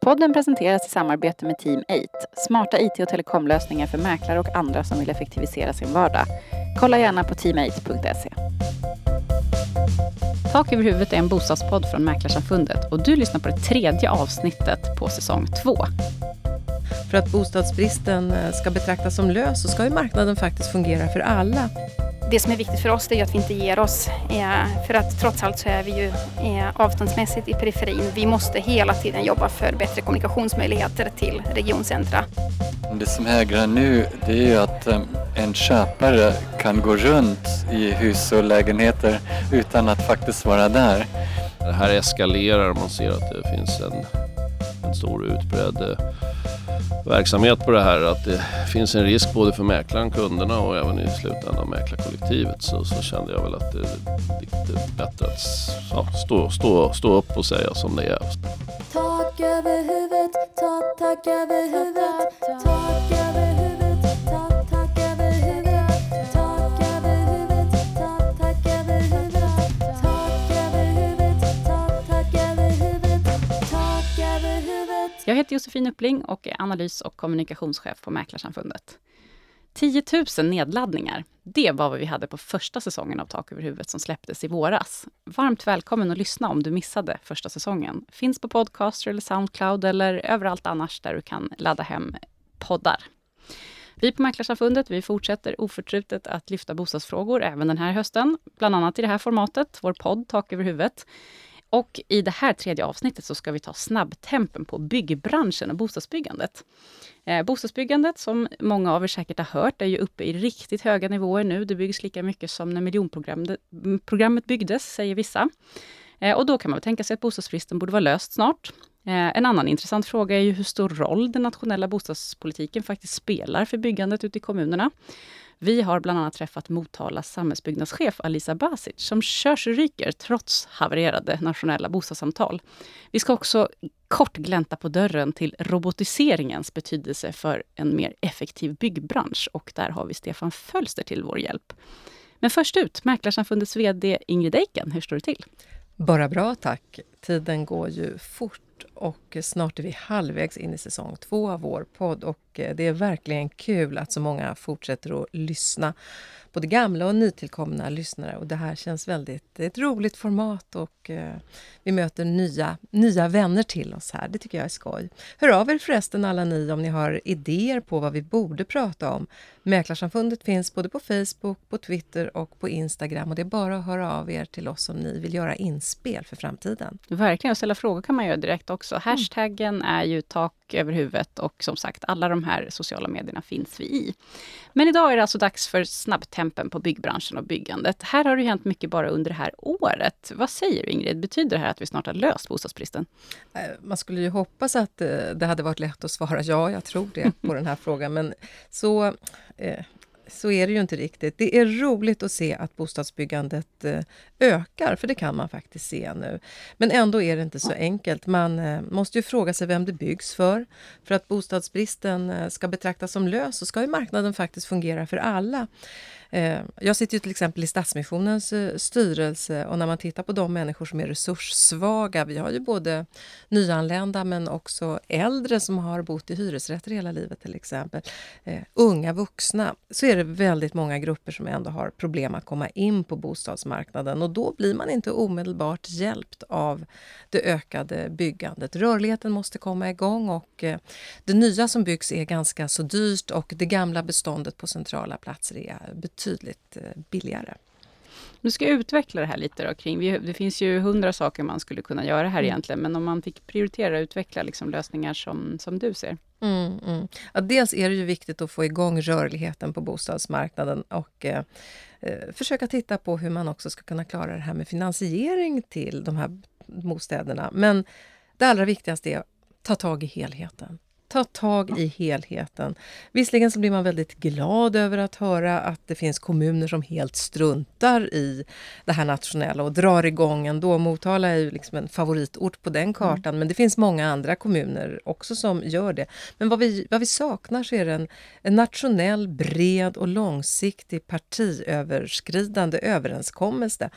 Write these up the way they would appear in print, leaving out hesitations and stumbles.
Podden presenteras i samarbete med Team 8, smarta IT- och telekomlösningar för mäklare och andra som vill effektivisera sin vardag. Kolla gärna på team8.se. Tak över huvudet är en bostadspodd från Mäklarsamfundet och du lyssnar på det 3:e avsnittet på säsong 2. För att bostadsbristen ska betraktas som lös så ska ju marknaden faktiskt fungera för alla. Det som är viktigt för oss är ju att vi inte ger oss, för att trots allt så är vi ju avståndsmässigt i periferin. Vi måste hela tiden jobba för bättre kommunikationsmöjligheter till regioncentra. Det som hägrar nu, det är ju att en köpare kan gå runt i hus och lägenheter utan att faktiskt vara där. Det här eskalerar, man ser att det finns en stor utbredd verksamhet på det här, att det finns en risk både för mäklaren, kunderna och även i slutändan mäklarkollektivet, så kände jag väl att det är lite bättre att stå upp och säga som det är. Tak över huvudet, tak över huvudet, tak över huvudet, tak över huvudet, tak över huvudet, tak över huvudet, tak över huvudet, tak över huvudet, tak över huvudet. Jag heter Josefin Uppling och är analys- och kommunikationschef på Mäklarsamfundet. 10 000 nedladdningar, det var vad vi hade på första säsongen av Tak över huvudet som släpptes i våras. Varmt välkommen att lyssna om du missade första säsongen. Finns på Podcaster eller Soundcloud eller överallt annars där du kan ladda hem poddar. Vi på Mäklarsamfundet, vi fortsätter oförtrutet att lyfta bostadsfrågor även den här hösten. Bland annat i det här formatet, vår podd Tak över huvudet. Och i det här 3:e avsnittet så ska vi ta snabbtempen på byggbranschen och bostadsbyggandet. Bostadsbyggandet, som många av er säkert har hört, är ju uppe i riktigt höga nivåer nu. Det byggs lika mycket som när miljonprogrammet byggdes, säger vissa. Och då kan man tänka sig att bostadsbristen borde vara löst snart. En annan intressant fråga är ju hur stor roll den nationella bostadspolitiken faktiskt spelar för byggandet ute i kommunerna. Vi har bland annat träffat Motalas samhällsbyggnadschef Alisa Basic som ryker trots havererade nationella bostadssamtal. Vi ska också kort glänta på dörren till robotiseringens betydelse för en mer effektiv byggbransch och där har vi Stefan Fölster till vår hjälp. Men först ut, Mäklarsamfundets vd Ingrid Eiken, hur står det till? Bara bra, tack. Tiden går ju fort och snart är vi halvvägs in i säsong 2 av vår podd och det är verkligen kul att så många fortsätter att lyssna. Både gamla och nytillkomna lyssnare och det här känns väldigt ett roligt format och vi möter nya vänner till oss här. Det tycker jag är skoj. Hör av er förresten alla ni om ni har idéer på vad vi borde prata om. Mäklarsamfundet finns både på Facebook, på Twitter och på Instagram och det är bara att höra av er till oss om ni vill göra inspel för framtiden. Verkligen, och ställa frågor kan man göra direkt också. Hashtaggen är ju tak över huvudet och som sagt alla de här sociala medierna finns vi i. Men idag är det alltså dags för snabbtempen på byggbranschen och byggandet. Här har det hänt mycket bara under det här året. Vad säger du, Ingrid? Betyder det här att vi snart har löst bostadsbristen? Man skulle ju hoppas att det hade varit lätt att svara ja, jag tror det på den här frågan. Men så är det ju inte riktigt. Det är roligt att se att bostadsbyggandet ökar, för det kan man faktiskt se nu. Men ändå är det inte så enkelt. Man måste ju fråga sig vem det byggs för. För att bostadsbristen ska betraktas som lös så ska ju marknaden faktiskt fungera för alla. Jag sitter ju till exempel i Stadsmissionens styrelse och när man tittar på de människor som är resurssvaga, vi har ju både nyanlända men också äldre som har bott i hyresrätter hela livet till exempel, unga vuxna, så är det väldigt många grupper som ändå har problem att komma in på bostadsmarknaden och då blir man inte omedelbart hjälpt av det ökade byggandet. Rörligheten måste komma igång och det nya som byggs är ganska så dyrt och det gamla beståndet på centrala platser är betydligt billigare. Nu ska jag utveckla det här lite då kring. Det finns ju 100 saker man skulle kunna göra här egentligen. Men om man fick prioritera och utveckla liksom lösningar som du ser. Ja, dels är det ju viktigt att få igång rörligheten på bostadsmarknaden och försöka titta på hur man också ska kunna klara det här med finansiering till de här bostäderna. Men det allra viktigaste är att ta tag i helheten. Ta tag i helheten. Visserligen så blir man väldigt glad över att höra att det finns kommuner som helt struntar i det här nationella och drar igång ändå. Motala är ju liksom en favoritort på den kartan, men det finns många andra kommuner också som gör det. Men vad vi saknar så är det en nationell, bred och långsiktig partiöverskridande överenskommelse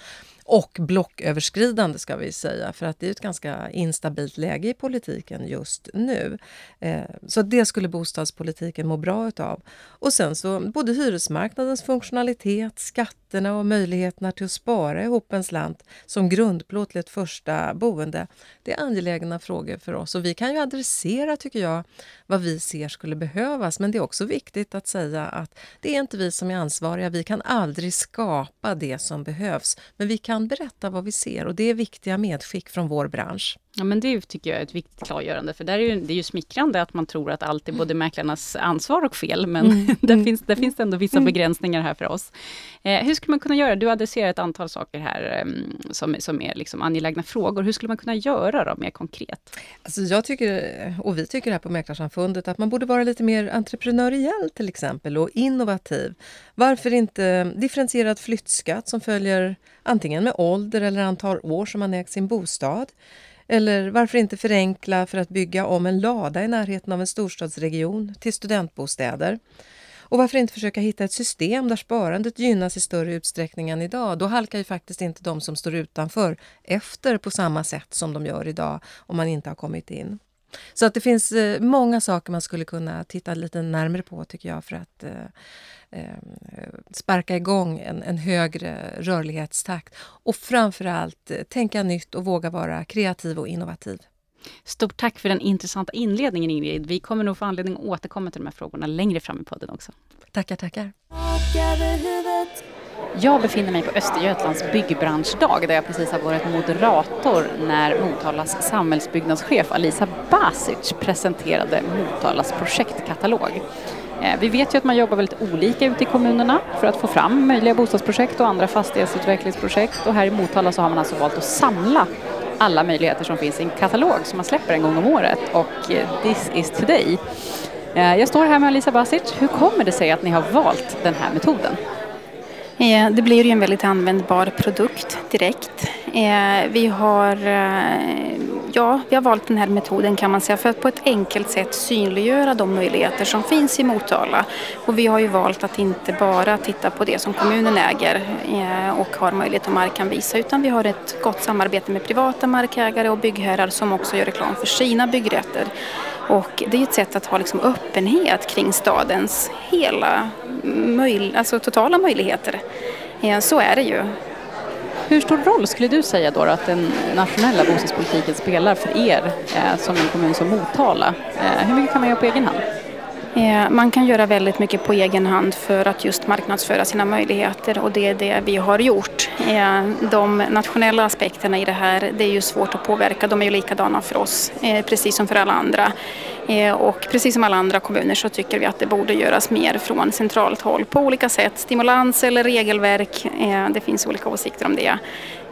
Och blocköverskridande ska vi säga, för att det är ett ganska instabilt läge i politiken just nu. Så det skulle bostadspolitiken må bra utav. Och sen så både hyresmarknadens funktionalitet, skatterna och möjligheterna till att spara ihop en slant som grundplåt till ett första boende. Det är angelägna frågor för oss och vi kan ju adressera, tycker jag, vad vi ser skulle behövas. Men det är också viktigt att säga att det är inte vi som är ansvariga. Vi kan aldrig skapa det som behövs. Men vi kan berätta vad vi ser och det är viktiga medskick från vår bransch. Ja, men det tycker jag är ett viktigt klargörande. För där är det är ju smickrande att man tror att allt är både mäklarnas ansvar och fel. Men där finns ändå vissa begränsningar här för oss. Hur skulle man kunna göra? Du adresserar ett antal saker här som är liksom angelägna frågor. Hur skulle man kunna göra då mer konkret? Alltså jag tycker, och vi tycker här på Mäklarsamfundet, att man borde vara lite mer entreprenöriell till exempel och innovativ. Varför inte differentierad flyttskatt som följer antingen med ålder eller antal år som man ägt sin bostad? Eller varför inte förenkla för att bygga om en lada i närheten av en storstadsregion till studentbostäder? Och varför inte försöka hitta ett system där sparandet gynnas i större utsträckning än idag? Då halkar ju faktiskt inte de som står utanför efter på samma sätt som de gör idag om man inte har kommit in. Så att det finns många saker man skulle kunna titta lite närmare på, tycker jag, för att sparka igång en högre rörlighetstakt. Och framförallt tänka nytt och våga vara kreativ och innovativ. Stort tack för den intressanta inledningen, Ingrid. Vi kommer nog få anledning att återkomma till de här frågorna längre fram i podden också. Tackar. Tak över huvudet. Jag befinner mig på Östergötlands byggbranschdag där jag precis har varit moderator när Motalas samhällsbyggnadschef Alisa Basic presenterade Motalas projektkatalog. Vi vet ju att man jobbar väldigt olika ute i kommunerna för att få fram möjliga bostadsprojekt och andra fastighetsutvecklingsprojekt. Och här i Motala så har man alltså valt att samla alla möjligheter som finns i en katalog som man släpper en gång om året. Och this is today. Jag står här med Alisa Basic. Hur kommer det sig att ni har valt den här metoden? Det blir ju en väldigt användbar produkt direkt. Vi har valt den här metoden, kan man säga, för att på ett enkelt sätt synliggöra de möjligheter som finns i Motala. Och vi har ju valt att inte bara titta på det som kommunen äger och har möjlighet att markanvisa, utan vi har ett gott samarbete med privata markägare och byggherrar som också gör reklam för sina byggrätter. Och det är ett sätt att ha liksom öppenhet kring stadens hela totala möjligheter. Så är det ju. Hur stor roll skulle du säga då att den nationella bostadspolitiken spelar för er som en kommun som Motala? Hur mycket kan man göra på egen hand? Man kan göra väldigt mycket på egen hand för att just marknadsföra sina möjligheter, och det är det vi har gjort. De nationella aspekterna i det här, det är ju svårt att påverka. De är ju likadana för oss, precis som för alla andra. Och precis som alla andra kommuner så tycker vi att det borde göras mer från centralt håll på olika sätt. Stimulans eller regelverk, det finns olika åsikter om det.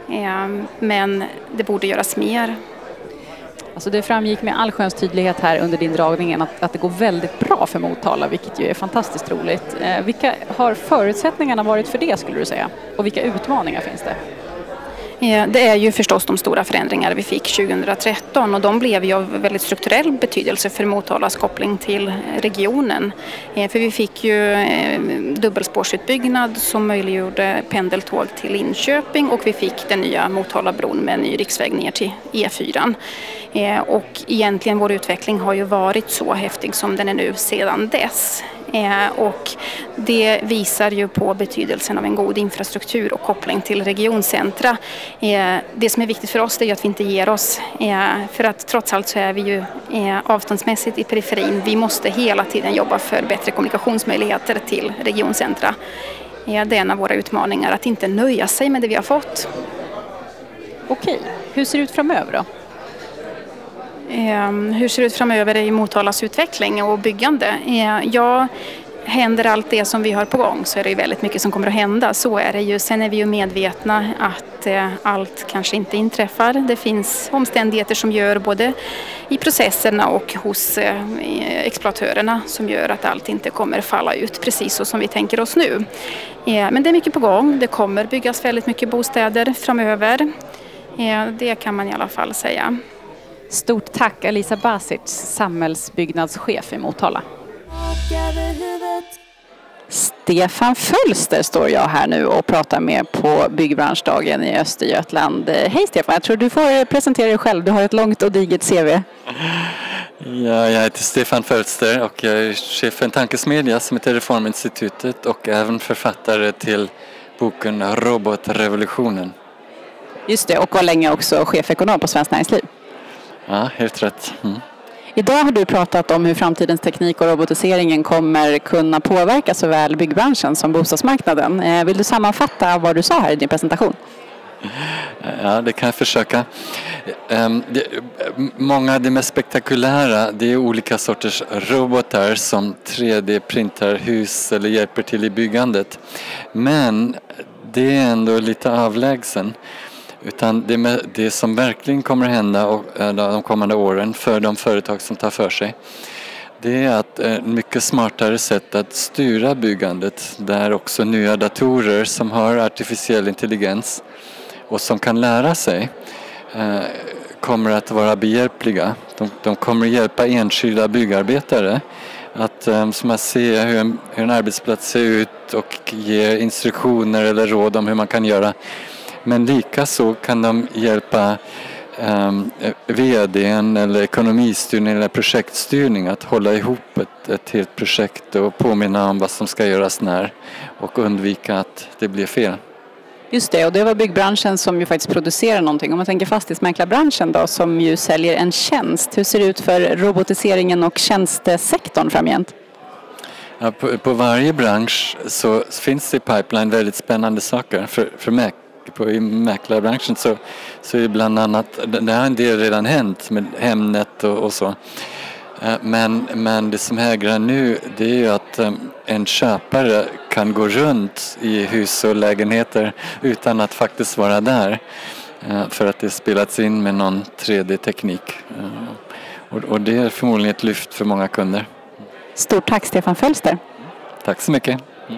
Men det borde göras mer. Alltså det framgick med all sköns tydlighet här under din dragning att det går väldigt bra för Motala, vilket ju är fantastiskt roligt. Vilka har förutsättningarna varit för det, skulle du säga? Och vilka utmaningar finns det? Det är ju förstås de stora förändringar vi fick 2013, och de blev ju av väldigt strukturell betydelse för Motalas koppling till regionen. För vi fick ju dubbelspårsutbyggnad som möjliggjorde pendeltåg till Linköping, och vi fick den nya Motalabron med en ny riksväg ner till E4. Och egentligen vår utveckling har ju varit så häftig som den är nu sedan dess. Och det visar ju på betydelsen av en god infrastruktur och koppling till regioncentra. Det som är viktigt för oss är ju att vi inte ger oss, för att trots allt så är vi ju avståndsmässigt i periferin. Vi måste hela tiden jobba för bättre kommunikationsmöjligheter till regioncentra. Det är en av våra utmaningar, att inte nöja sig med det vi har fått. Okej, hur ser det ut framöver då? Hur ser det ut framöver i Motalas utveckling och byggande? Händer allt det som vi har på gång så är det ju väldigt mycket som kommer att hända. Så är det ju. Sen är vi ju medvetna att allt kanske inte inträffar. Det finns omständigheter som gör både i processerna och hos exploatörerna som gör att allt inte kommer falla ut precis så som vi tänker oss nu. Men det är mycket på gång. Det kommer byggas väldigt mycket bostäder framöver. Det kan man i alla fall säga. Stort tack Alisa Basic, samhällsbyggnadschef i Motala. Tak över huvudet. Stefan Fölster står jag här nu och pratar med på byggbranschdagen i Östergötland. Hej Stefan, jag tror du får presentera dig själv. Du har ett långt och digert CV. Ja, jag heter Stefan Fölster och jag är chef för en tankesmedja som heter Reforminstitutet och även författare till boken Robotrevolutionen. Just det, och var länge också chefekonom på Svenskt Näringsliv. Ja, helt rätt. Idag har du pratat om hur framtidens teknik och robotiseringen kommer kunna påverka såväl byggbranschen som bostadsmarknaden. Vill du sammanfatta vad du sa här i din presentation? Ja, det kan jag försöka. Många av de mest spektakulära, det är olika sorters robotar som 3D-printar hus eller hjälper till i byggandet. Men det är ändå lite avlägsen. Utan det som verkligen kommer att hända de kommande åren för de företag som tar för sig, det är att mycket smartare sätt att styra byggandet, där också nya datorer som har artificiell intelligens och som kan lära sig kommer att vara behjälpliga. De kommer att hjälpa enskilda byggarbetare att som att se hur en arbetsplats ser ut och ge instruktioner eller råd om hur man kan göra. Men lika så kan de hjälpa vdn eller ekonomistyrning eller projektstyrning att hålla ihop ett helt projekt och påminna om vad som ska göras när och undvika att det blir fel. Just det, och det var byggbranschen som ju faktiskt producerar någonting. Om man tänker fastighetsmäklarbranschen då, som ju säljer en tjänst. Hur ser det ut för robotiseringen och tjänstesektorn framgent? Ja, på varje bransch så finns det i pipeline väldigt spännande saker. I mäklarbranschen så är det bland annat, det har en del redan hänt med Hemnet och så. Men det som hägrar nu, det är ju att en köpare kan gå runt i hus och lägenheter utan att faktiskt vara där. För att det spelats in med någon 3D-teknik. Och det är förmodligen ett lyft för många kunder. Stort tack Stefan Fölster. Tack så mycket.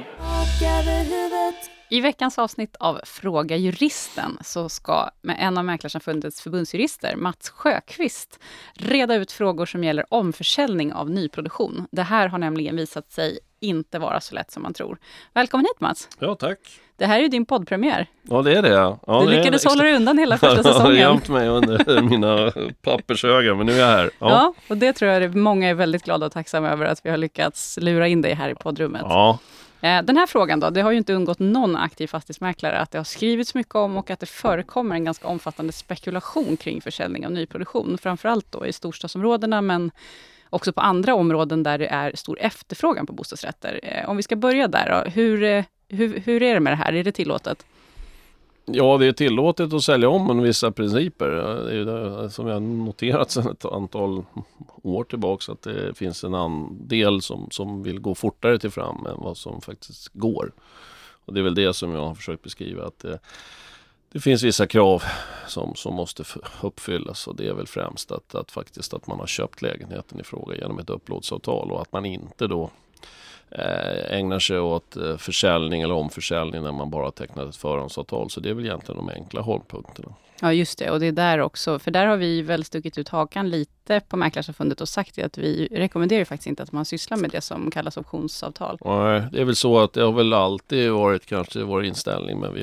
I veckans avsnitt av Fråga Juristen så ska med en av Mäklarsamfundets förbundsjurister, Mats Sjöqvist, reda ut frågor som gäller omförsäljning av nyproduktion. Det här har nämligen visat sig inte vara så lätt som man tror. Välkommen hit Mats. Ja, tack. Det här är ju din poddpremiär. Ja, det är det. Ja, Du lyckades hålla dig undan hela första säsongen. Jag har gömt mig under mina pappershögar, men nu är jag här. Ja, och det tror jag många är väldigt glada och tacksamma över att vi har lyckats lura in dig här i poddrummet. Ja. Den här frågan då, det har ju inte undgått någon aktiv fastighetsmäklare att det har skrivits mycket om och att det förekommer en ganska omfattande spekulation kring försäljning av nyproduktion. Framförallt då i storstadsområdena men också på andra områden där det är stor efterfrågan på bostadsrätter. Om vi ska börja där då, hur är det med det här? Är det tillåtet? Ja, det är tillåtet att sälja om med vissa principer. Det är ju det som jag noterat sedan ett antal år tillbaka att det finns en andel som vill gå fortare till fram än vad som faktiskt går. Och det är väl det som jag har försökt beskriva, att det finns vissa krav som måste uppfyllas, och det är väl främst att man har köpt lägenheten i fråga genom ett upplåtsavtal och att man inte då ägnar sig åt försäljning eller omförsäljning när man bara tecknat ett förhandsavtal. Så det är väl egentligen de enkla hållpunkterna. Ja just det, och det är där också, för där har vi väl stuckit ut hakan lite på Mäklarsamfundet och sagt att vi rekommenderar faktiskt inte att man sysslar med det som kallas optionsavtal. Nej, det är väl så att det har väl alltid varit kanske vår inställning, men vi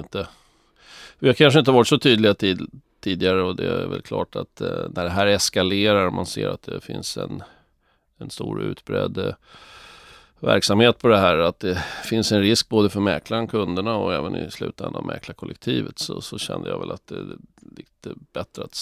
har kanske inte varit så tydliga tidigare, och det är väl klart att när det här eskalerar och man ser att det finns en stor utbredd verksamhet på det här, att det finns en risk både för mäklaren, kunderna och även i slutändan mäklarkollektivet, så kände jag väl att det är lite bättre att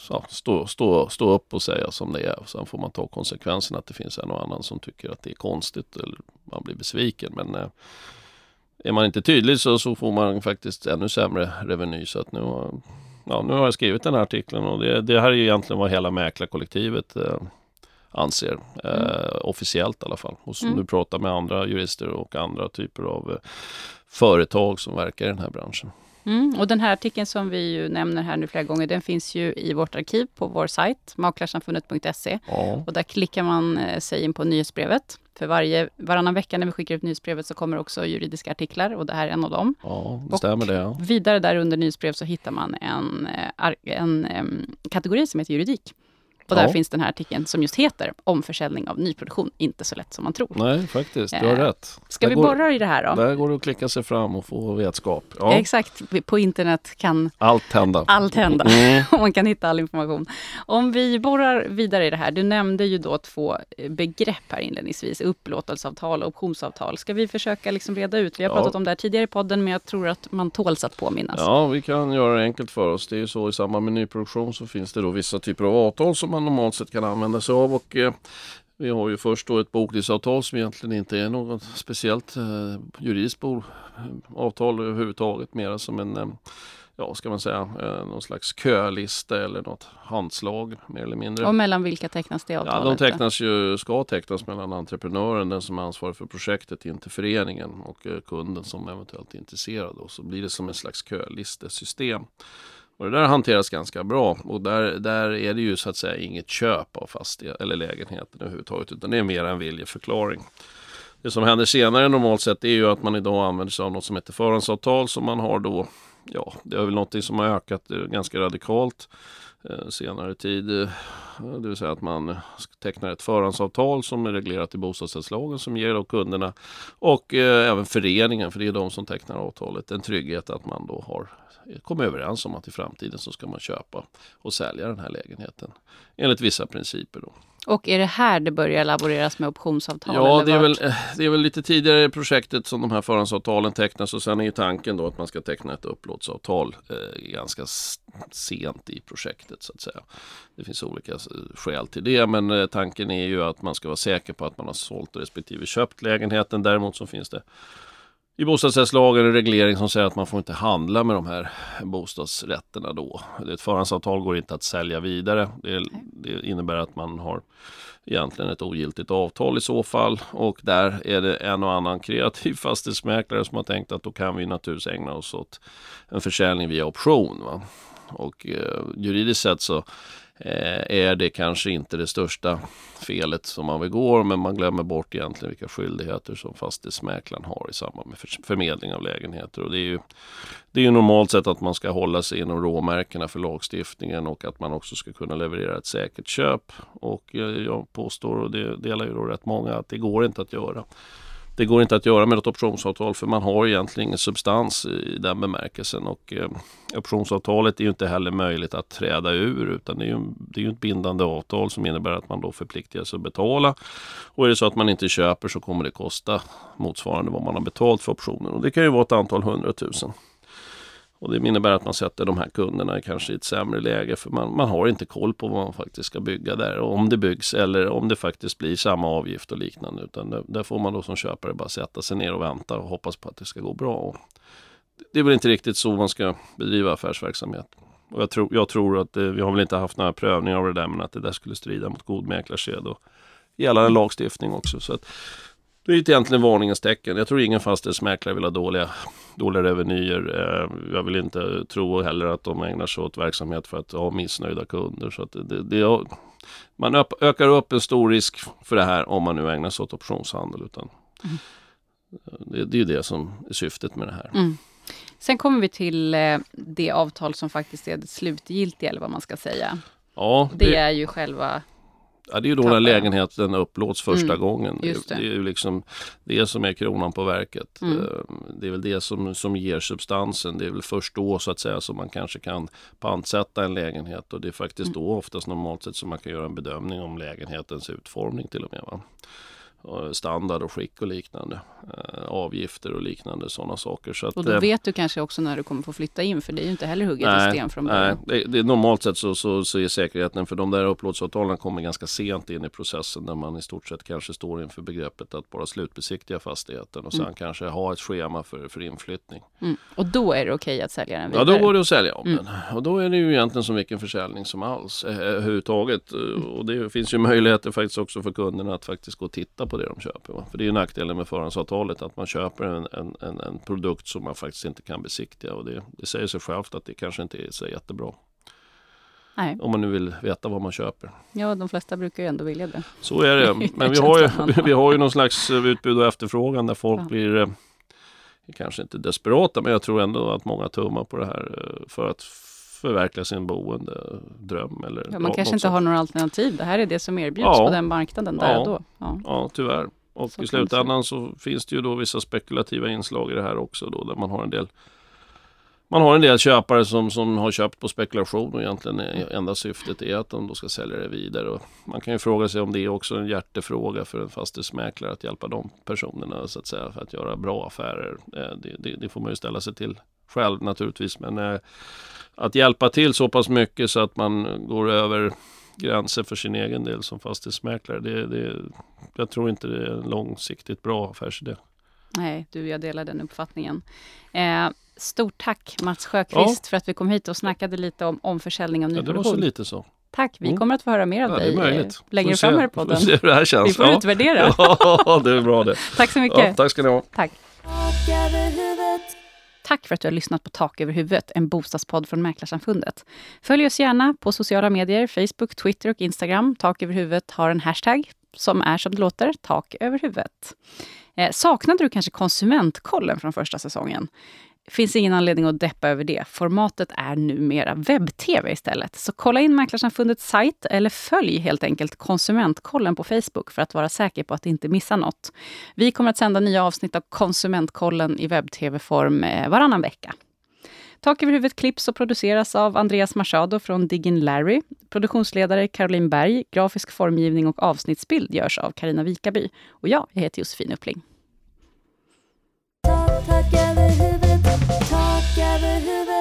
stå upp och säga som det är. Sen får man ta konsekvenserna att det finns en och annan som tycker att det är konstigt eller man blir besviken, men är man inte tydlig så får man faktiskt ännu sämre reveny. Så att nu har jag skrivit den här artikeln, och det här är ju egentligen vad hela mäklarkollektivet anser, officiellt i alla fall. Och så nu pratar med andra jurister och andra typer av företag som verkar i den här branschen. Och den här artikeln som vi ju nämner här nu flera gånger, den finns ju i vårt arkiv på vår sajt, maklarsamfundet.se. Ja. Och där klickar man sig in på nyhetsbrevet. För varannan vecka när vi skickar ut nyhetsbrevet så kommer också juridiska artiklar, och det här är en av dem. Ja, det stämmer det. Ja. Vidare där under nyhetsbrev så hittar man en kategori som heter juridik. Och där Ja. finns den här artikeln som just heter om försäljning av nyproduktion, inte så lätt som man tror. Nej, faktiskt. Du har rätt. Ska vi borra i det här då? Där går det att klicka sig fram och få vetskap. Ja. Exakt, på internet kan Allt hända. allt hända. Mm. Och man kan hitta all information. Om vi borrar vidare i det här, du nämnde ju då 2 begrepp här inledningsvis, upplåtelseavtal och optionsavtal. Ska vi försöka liksom reda ut? Vi har pratat om det här tidigare i podden, men jag tror att man tåls att påminnas. Ja, vi kan göra det enkelt för oss. Det är ju så i samband med nyproduktion så finns det då vissa typer av avtal som man normalt sett kan använda sig av, och vi har ju först då ett bokningsavtal som egentligen inte är något speciellt juridiskt avtal överhuvudtaget, mer som en ska man säga, någon slags kölista eller något handslag mer eller mindre. Och mellan vilka tecknas det avtalet? Ja, de ska tecknas mellan entreprenören, den som är ansvarig för projektet, inte föreningen, och kunden som eventuellt är intresserad. Och så blir det som en slags kölistesystem. Och det där hanteras ganska bra, och där är det ju så att säga inget köp av fastighet eller lägenheten överhuvudtaget, utan det är mer en viljeförklaring. Det som händer senare normalt sett är ju att man idag använder sig av något som heter förhandsavtal, som man har då, det är väl något som har ökat ganska radikalt senare tid. Det vill säga att man tecknar ett förhandsavtal som är reglerat i bostadsrättslagen, som ger då kunderna och även föreningen, för det är de som tecknar avtalet, en trygghet att man då har kommit överens om att i framtiden så ska man köpa och sälja den här lägenheten enligt vissa principer då. Och är det här det börjar laboreras med optionsavtal? Ja, eller det är väl lite tidigare i projektet som de här förhandsavtalen tecknas, och sen är ju tanken då att man ska teckna ett upplåtsavtal ganska sent i projektet så att säga. Det finns olika skäl till det, men tanken är ju att man ska vara säker på att man har sålt respektive köpt lägenheten. Däremot så finns det i bostadsrättslagen en reglering som säger att man får inte handla med de här bostadsrätterna då. Ett förhandsavtal går inte att sälja vidare. Det innebär att man har egentligen ett ogiltigt avtal i så fall. Och där är det en och annan kreativ fastighetsmäklare som har tänkt att då kan vi naturligtvis ägna oss åt en försäljning via option. Va? Och juridiskt sett så är det kanske inte det största felet som man begår, men man glömmer bort egentligen vilka skyldigheter som fastighetsmäklaren har i samband med förmedling av lägenheter. Och det är ju normalt sett att man ska hålla sig inom råmärkena för lagstiftningen, och att man också ska kunna leverera ett säkert köp. Och jag påstår, och det delar ju då rätt många, att det går inte att göra. Det går inte att göra med ett optionsavtal, för man har egentligen ingen substans i den bemärkelsen, och optionsavtalet är ju inte heller möjligt att träda ur, utan det är ju ett bindande avtal som innebär att man då förpliktigar sig att betala, och är det så att man inte köper så kommer det kosta motsvarande vad man har betalt för optionen, och det kan ju vara ett antal 100 000. Och det innebär att man sätter de här kunderna kanske i ett sämre läge, för man har inte koll på vad man faktiskt ska bygga där, och om det byggs eller om det faktiskt blir samma avgift och liknande, utan där får man då som köpare bara sätta sig ner och vänta och hoppas på att det ska gå bra. Och det är väl inte riktigt så man ska bedriva affärsverksamhet. Och jag tror att vi har väl inte haft några prövningar av det där, men att det där skulle strida mot god mäklarsed och gällande lagstiftning också, så att det är egentligen varningens tecken. Jag tror ingen fastighetsmäklare vill ha dåliga revenyer. Jag vill inte tro heller att de ägnar sig åt verksamhet för att ha missnöjda kunder. Så att man ökar upp en stor risk för det här om man nu ägnar sig åt optionshandel. Utan det är ju det som är syftet med det här. Mm. Sen kommer vi till det avtal som faktiskt är det slutgiltiga, eller vad man ska säga. Ja, det är ju själva... Ja, det är ju då när lägenheten upplåts första gången. Just det. Det är ju liksom det som är kronan på verket. Det är väl det som ger substansen. Det är väl först då så att säga som man kanske kan pantsätta en lägenhet. Och det är faktiskt då oftast normalt sett som man kan göra en bedömning om lägenhetens utformning till och med. Va? Standard och skick och liknande. Avgifter och liknande sådana saker. Så att, och då vet du kanske också när du kommer få flytta in, för det är ju inte heller hugget i sten från början. Nej, det är normalt sett så är säkerheten, för de där upplåtsavtalen kommer ganska sent in i processen, där man i stort sett kanske står inför begreppet att bara slutbesiktiga fastigheten och sen kanske ha ett schema för inflyttning. Och då är det okej att sälja den vidare? Ja, då går det att sälja om den. Och då är det ju egentligen som vilken försäljning som alls överhuvudtaget. Och det finns ju möjligheter faktiskt också för kunderna att faktiskt gå och titta på det de köper. Va? För det är ju nackdelen med förhandsavtalet, att man köper en produkt som man faktiskt inte kan besiktiga, och det säger sig självt att det kanske inte är så jättebra. Nej. Om man nu vill veta vad man köper. Ja, de flesta brukar ju ändå vilja det. Så är det. Men vi har ju någon slags utbud och efterfrågan där folk blir kanske inte desperata, men jag tror ändå att många tummar på det här för att förverkliga sin boendedröm. Eller man kanske något inte har sånt. några alternativ. Det här är det som erbjuds på den marknaden där och då. Ja, tyvärr. Och Så i slutändan så finns det ju då vissa spekulativa inslag i det här också då, där man har en del köpare som har köpt på spekulation och egentligen enda syftet är att de då ska sälja det vidare. Och man kan ju fråga sig om det är också en hjärtefråga för en fastighetsmäklare att hjälpa de personerna så att säga för att göra bra affärer. Det får man ju ställa sig till själv naturligtvis, men att hjälpa till så pass mycket så att man går över gränser för sin egen del som fastighetsmäklare, jag tror inte det är en långsiktigt bra affärsidé. Nej, jag delar den uppfattningen. Stort tack Mats Sjöqvist för att vi kom hit och snackade lite om försäljning av nyproduktion. Det var så lite så. Tack, vi kommer att få höra mer av dig längre se, fram här i podden. Se hur det här känns. Vi får utvärdera. Ja, det är bra det. Tack så mycket. Ja, tack ska ni ha. Tack. Tak över huvudet. Tack för att du har lyssnat på Tak över huvudet, en bostadspodd från Mäklarsamfundet. Följ oss gärna på sociala medier, Facebook, Twitter och Instagram. Tak över huvudet har en hashtag som är som det låter, Tak över huvudet. Saknade du kanske konsumentkollen från första säsongen? Finns ingen anledning att deppa över det. Formatet är numera webb-tv istället. Så kolla in Mäklarsamfundets sajt eller följ helt enkelt Konsumentkollen på Facebook för att vara säker på att inte missa något. Vi kommer att sända nya avsnitt av Konsumentkollen i webb-tv-form varannan vecka. Tak över huvudet klipps och produceras av Andreas Machado från Diggin Larry. Produktionsledare Caroline Berg, grafisk formgivning och avsnittsbild görs av Carina Vikaby. Och jag heter Josefin Uppling. Tak över huvudet. Tak över huvudet.